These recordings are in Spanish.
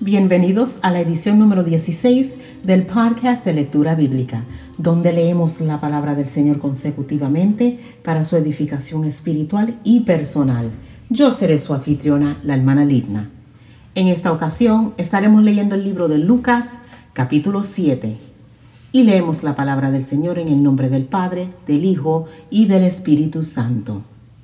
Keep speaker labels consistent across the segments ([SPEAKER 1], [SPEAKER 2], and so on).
[SPEAKER 1] Bienvenidos a la edición número 16 del podcast de lectura bíblica, donde leemos la palabra del Señor consecutivamente para su edificación espiritual y personal. Yo seré su anfitriona, la hermana Lidna. En esta ocasión estaremos leyendo el libro de Lucas, capítulo 7, y leemos la palabra del Señor en el nombre del Padre, del Hijo y del Espíritu Santo.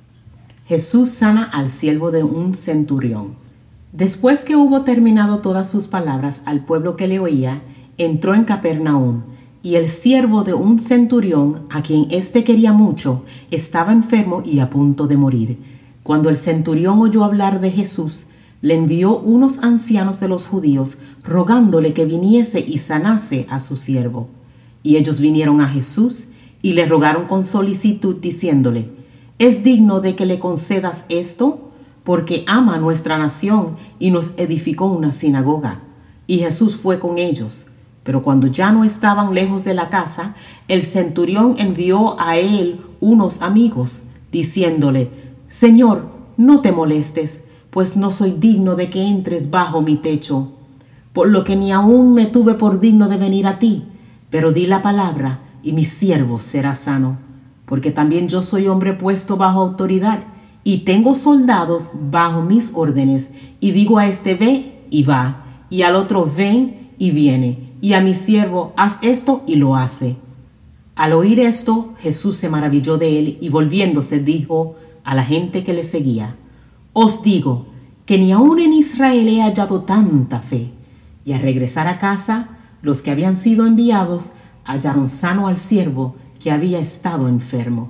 [SPEAKER 1] Jesús sana al siervo de un centurión. Después que hubo terminado todas sus palabras al pueblo que le oía, entró en Capernaum, y el siervo de un centurión, a quien éste quería mucho, estaba enfermo y a punto de morir. Cuando el centurión oyó hablar de Jesús, le envió unos ancianos de los judíos, rogándole que viniese y sanase a su siervo. Y ellos vinieron a Jesús y le rogaron con solicitud, diciéndole: ¿Es digno de que le concedas esto? Porque ama a nuestra nación y nos edificó una sinagoga. Y Jesús fue con ellos. Pero cuando ya no estaban lejos de la casa, el centurión envió a él unos amigos, diciéndole: Señor, no te molestes, pues no soy digno de que entres bajo mi techo. Por lo que ni aún me tuve por digno de venir a ti, pero di la palabra y mi siervo será sano. Porque también yo soy hombre puesto bajo autoridad, y tengo soldados bajo mis órdenes, y digo a este ve y va, y al otro ven y viene, y a mi siervo haz esto y lo hace. Al oír esto, Jesús se maravilló de él, y volviéndose dijo a la gente que le seguía: Os digo que ni aun en Israel he hallado tanta fe. Y al regresar a casa, los que habían sido enviados hallaron sano al siervo que había estado enfermo.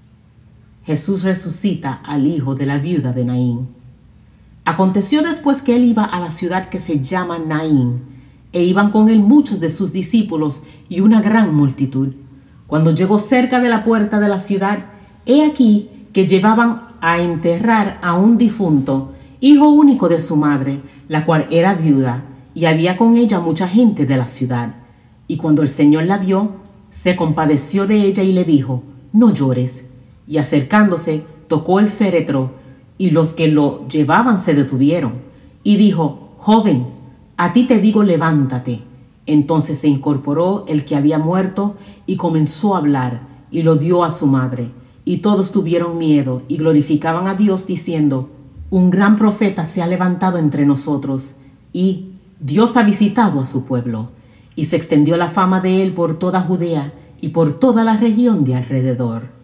[SPEAKER 1] Jesús resucita al hijo de la viuda de Naín. Aconteció después que él iba a la ciudad que se llama Naín, e iban con él muchos de sus discípulos y una gran multitud. Cuando llegó cerca de la puerta de la ciudad, he aquí que llevaban a enterrar a un difunto, hijo único de su madre, la cual era viuda, y había con ella mucha gente de la ciudad. Y cuando el Señor la vio, se compadeció de ella y le dijo: No llores. Y acercándose, tocó el féretro, y los que lo llevaban se detuvieron. Y dijo: Joven, a ti te digo, levántate. Entonces se incorporó el que había muerto, y comenzó a hablar, y lo dio a su madre. Y todos tuvieron miedo, y glorificaban a Dios, diciendo: Un gran profeta se ha levantado entre nosotros, y Dios ha visitado a su pueblo. Y se extendió la fama de él por toda Judea, y por toda la región de alrededor.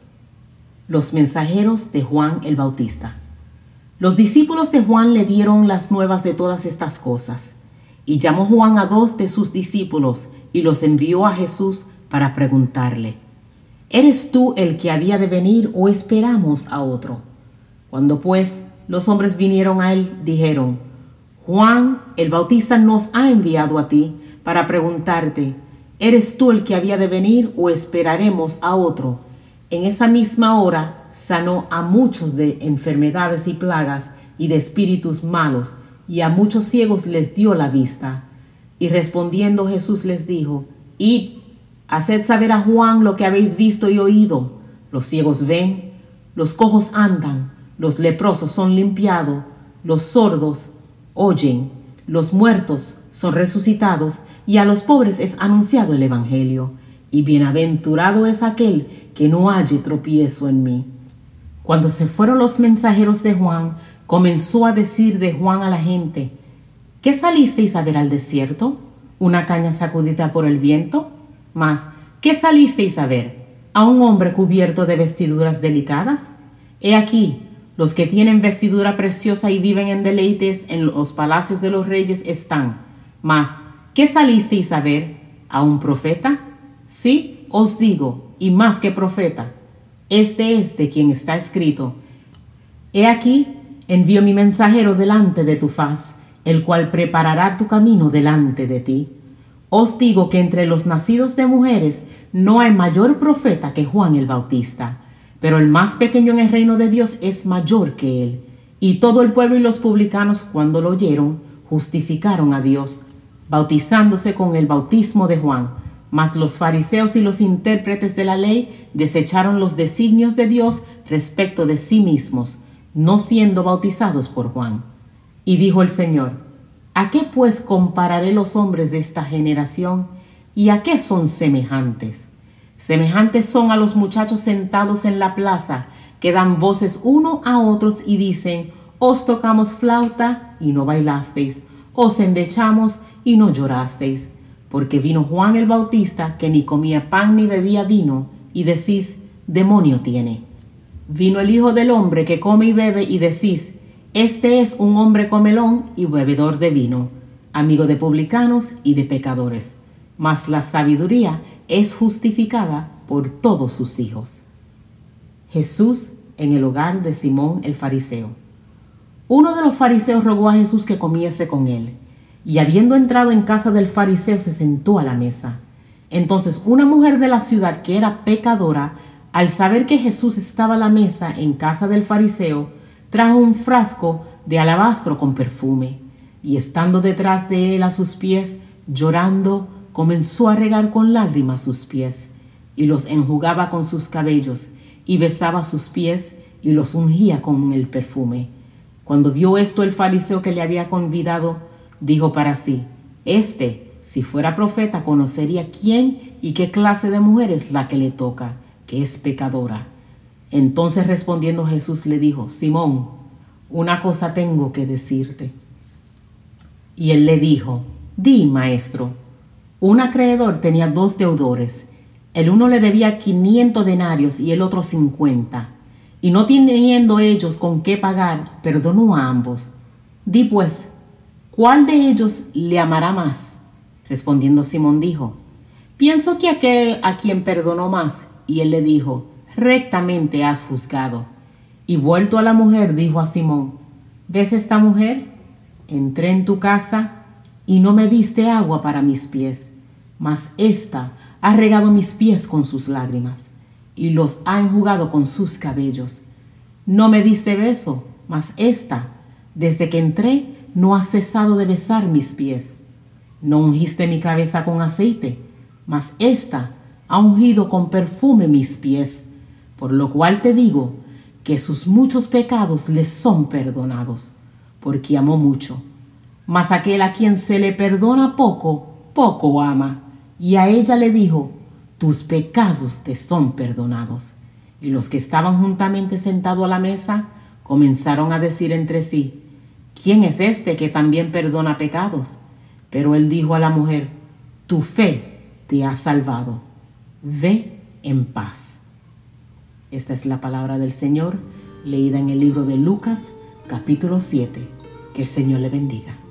[SPEAKER 1] Los mensajeros de Juan el Bautista. Los discípulos de Juan le dieron las nuevas de todas estas cosas. Y llamó Juan a 2 de sus discípulos y los envió a Jesús para preguntarle: ¿Eres tú el que había de venir o esperamos a otro? Cuando pues los hombres vinieron a él, dijeron: Juan el Bautista nos ha enviado a ti para preguntarte: ¿eres tú el que había de venir o esperaremos a otro? En esa misma hora sanó a muchos de enfermedades y plagas y de espíritus malos, y a muchos ciegos les dio la vista. Y respondiendo Jesús les dijo: Id, haced saber a Juan lo que habéis visto y oído. Los ciegos ven, los cojos andan, los leprosos son limpiados, los sordos oyen, los muertos son resucitados, y a los pobres es anunciado el evangelio. Y bienaventurado es aquel que no halle tropiezo en mí. Cuando se fueron los mensajeros de Juan, comenzó a decir de Juan a la gente: ¿Qué salisteis a ver al desierto? ¿Una caña sacudida por el viento? Mas, ¿qué salisteis a ver? ¿A un hombre cubierto de vestiduras delicadas? He aquí, los que tienen vestidura preciosa y viven en deleites en los palacios de los reyes están. Mas, ¿qué salisteis a ver? ¿A un profeta? Sí, os digo, y más que profeta. Este es de quien está escrito: He aquí, envío mi mensajero delante de tu faz, el cual preparará tu camino delante de ti. Os digo que entre los nacidos de mujeres no hay mayor profeta que Juan el Bautista, pero el más pequeño en el reino de Dios es mayor que él. Y todo el pueblo y los publicanos, cuando lo oyeron, justificaron a Dios, bautizándose con el bautismo de Juan. Mas los fariseos y los intérpretes de la ley desecharon los designios de Dios respecto de sí mismos, no siendo bautizados por Juan. Y dijo el Señor: ¿A qué pues compararé los hombres de esta generación? ¿Y a qué son semejantes? Semejantes son a los muchachos sentados en la plaza, que dan voces uno a otros y dicen: os tocamos flauta y no bailasteis, os endechamos y no llorasteis. Porque vino Juan el Bautista, que ni comía pan ni bebía vino, y decís: demonio tiene. Vino el Hijo del Hombre, que come y bebe, y decís: este es un hombre comelón y bebedor de vino, amigo de publicanos y de pecadores. Mas la sabiduría es justificada por todos sus hijos. Jesús en el hogar de Simón el fariseo. Uno de los fariseos rogó a Jesús que comiese con él, y habiendo entrado en casa del fariseo se sentó a la mesa. Entonces una mujer de la ciudad, que era pecadora, al saber que Jesús estaba a la mesa en casa del fariseo, trajo un frasco de alabastro con perfume, y estando detrás de él a sus pies, llorando, comenzó a regar con lágrimas sus pies, y los enjugaba con sus cabellos, y besaba sus pies, y los ungía con el perfume. Cuando vio esto el fariseo que le había convidado, dijo para sí: si fuera profeta, conocería quién y qué clase de mujer es la que le toca, que es pecadora. Entonces respondiendo Jesús le dijo: Simón, una cosa tengo que decirte. Y él le dijo: di, maestro. Un acreedor tenía 2 deudores. El uno le debía 500 denarios y el otro 50. Y no teniendo ellos con qué pagar, perdonó a ambos. Di pues, ¿cuál de ellos le amará más? Respondiendo Simón dijo: pienso que aquel a quien perdonó más. Y él le dijo: rectamente has juzgado. Y vuelto a la mujer, dijo a Simón: ¿ves esta mujer? Entré en tu casa y no me diste agua para mis pies, mas ésta ha regado mis pies con sus lágrimas y los ha enjugado con sus cabellos. No me diste beso, mas ésta, desde que entré, no ha cesado de besar mis pies. No ungiste mi cabeza con aceite, mas ésta ha ungido con perfume mis pies. Por lo cual te digo que sus muchos pecados les son perdonados, porque amó mucho. Mas aquel a quien se le perdona poco, poco ama. Y a ella le dijo: tus pecados te son perdonados. Y los que estaban juntamente sentados a la mesa comenzaron a decir entre sí: ¿quién es este que también perdona pecados? Pero él dijo a la mujer: tu fe te ha salvado. Ve en paz. Esta es la palabra del Señor, leída en el libro de Lucas, capítulo 7. Que el Señor le bendiga.